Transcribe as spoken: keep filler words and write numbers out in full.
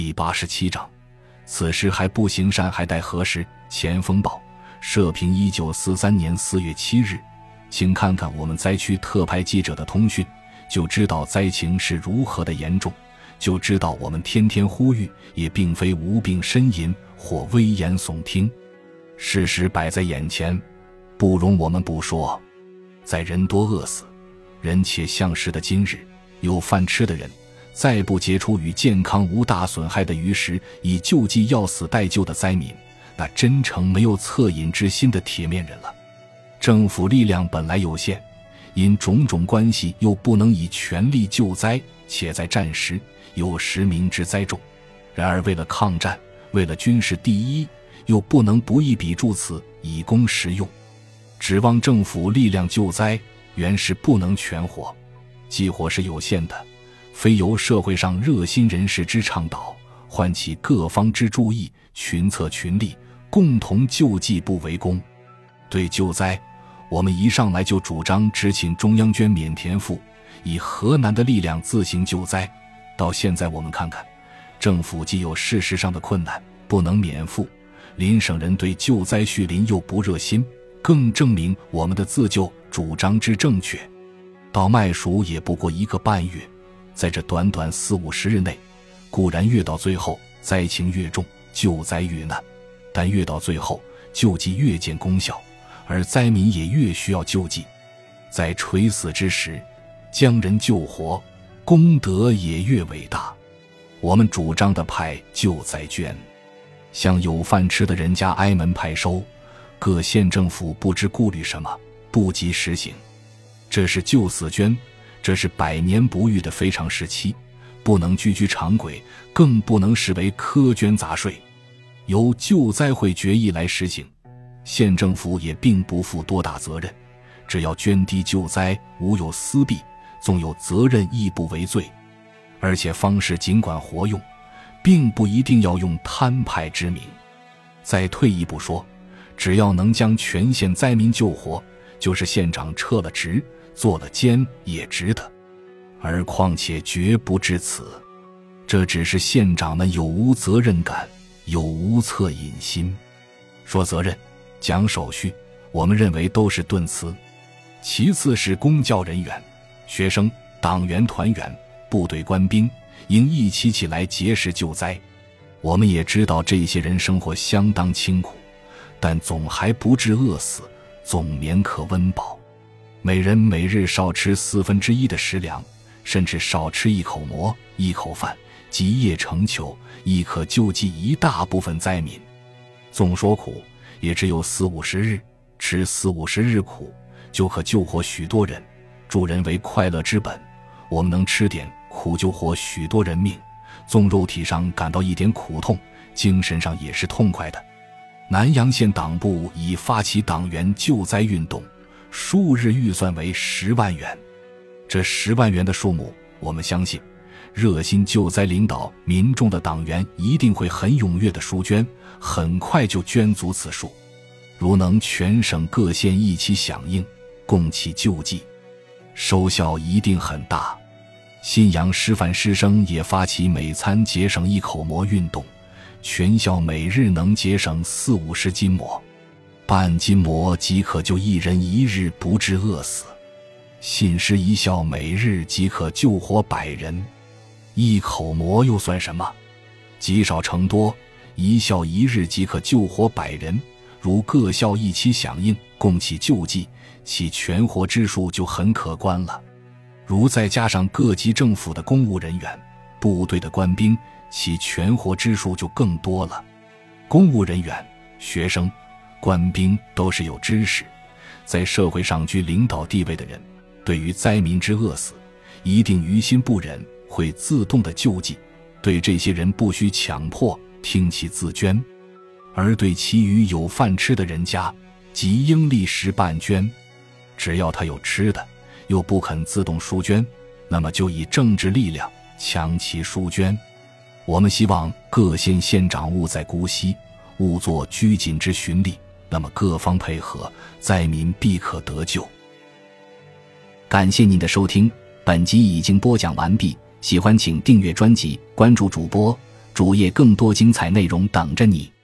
第八十七章，此时还不行善还待何时？前锋报社评一九四三年四月七日，请看看我们灾区特派记者的通讯，就知道灾情是如何的严重，就知道我们天天呼吁也并非无病呻吟或危言耸听。事实摆在眼前，不容我们不说。在人多饿死，人且相食的今日，有饭吃的人再不结出与健康无大损害的鱼食以救济要死待救的灾民，那真诚没有恻隐之心的铁面人了。政府力量本来有限，因种种关系又不能以全力救灾，且在战时有时明知灾重，然而为了抗战，为了军事第一，又不能不一笔注此以供实用。指望政府力量救灾，原是不能全活，济火是有限的，非由社会上热心人士之倡导，唤起各方之注意，群策群力，共同救济不为功。对救灾，我们一上来就主张只请中央捐免田赋，以河南的力量自行救灾。到现在我们看看，政府既有事实上的困难，不能免赋，邻省人对救灾恤邻又不热心，更证明我们的自救主张之正确。到麦黍也不过一个半月，在这短短四五十日内，固然越到最后灾情越重，救灾越难，但越到最后救济越见功效，而灾民也越需要救济。在垂死之时将人救活，功德也越伟大。我们主张的派救灾捐，向有饭吃的人家挨门派收，各县政府不知顾虑什么，不及实行。这是救死捐，这是百年不遇的非常时期，不能居居常轨，更不能视为苛捐杂税，由救灾会决议来实行。县政府也并不负多大责任，只要捐滴救灾，无有私弊，纵有责任亦不为罪。而且方式尽管活用，并不一定要用摊派之名。再退一步说，只要能将全县灾民救活，就是县长撤了职做了监也值得。而况且绝不至此，这只是县长们有无责任感，有无恻隐心。说责任讲手续，我们认为都是顿词。其次是公教人员、学生、党员、团员、部队官兵应一起起来结识救灾。我们也知道这些人生活相当清苦，但总还不致饿死，总免可温饱。每人每日少吃四分之一的食粮，甚至少吃一口馍一口饭，积业成裘，亦可救济一大部分灾民。纵说苦，也只有四五十日，吃四五十日苦，就可救活许多人。助人为快乐之本，我们能吃点苦救活许多人命，纵肉体上感到一点苦痛，精神上也是痛快的。南阳县党部已发起党员救灾运动，数日预算为十万元。这十万元的数目，我们相信热心救灾领导民众的党员一定会很踊跃的书捐，很快就捐足此数。如能全省各县一起响应，共其救济，收效一定很大。信阳师范师生也发起每餐节省一口馍运动，全校每日能节省四五十斤馍，半斤馍即可救一人一日不致饿死。信师一校每日即可救活百人，一口馍又算什么？积少成多，一校一日即可救活百人，如各校一起响应，共起救济，其全活之数就很可观了。如再加上各级政府的公务人员、部队的官兵，其全活之数就更多了。公务人员、学生、官兵都是有知识，在社会上居领导地位的人，对于灾民之饿死，一定于心不忍，会自动的救济。对这些人不需强迫，听其自捐。而对其余有饭吃的人家，即应立时办捐。只要他有吃的，又不肯自动书捐，那么就以政治力量强其书捐。我们希望各县县长勿在姑息，勿作拘谨之循例，那么各方配合，灾民必可得救。感谢您的收听，本集已经播讲完毕，喜欢请订阅专辑，关注主播主页更多精彩内容等着你。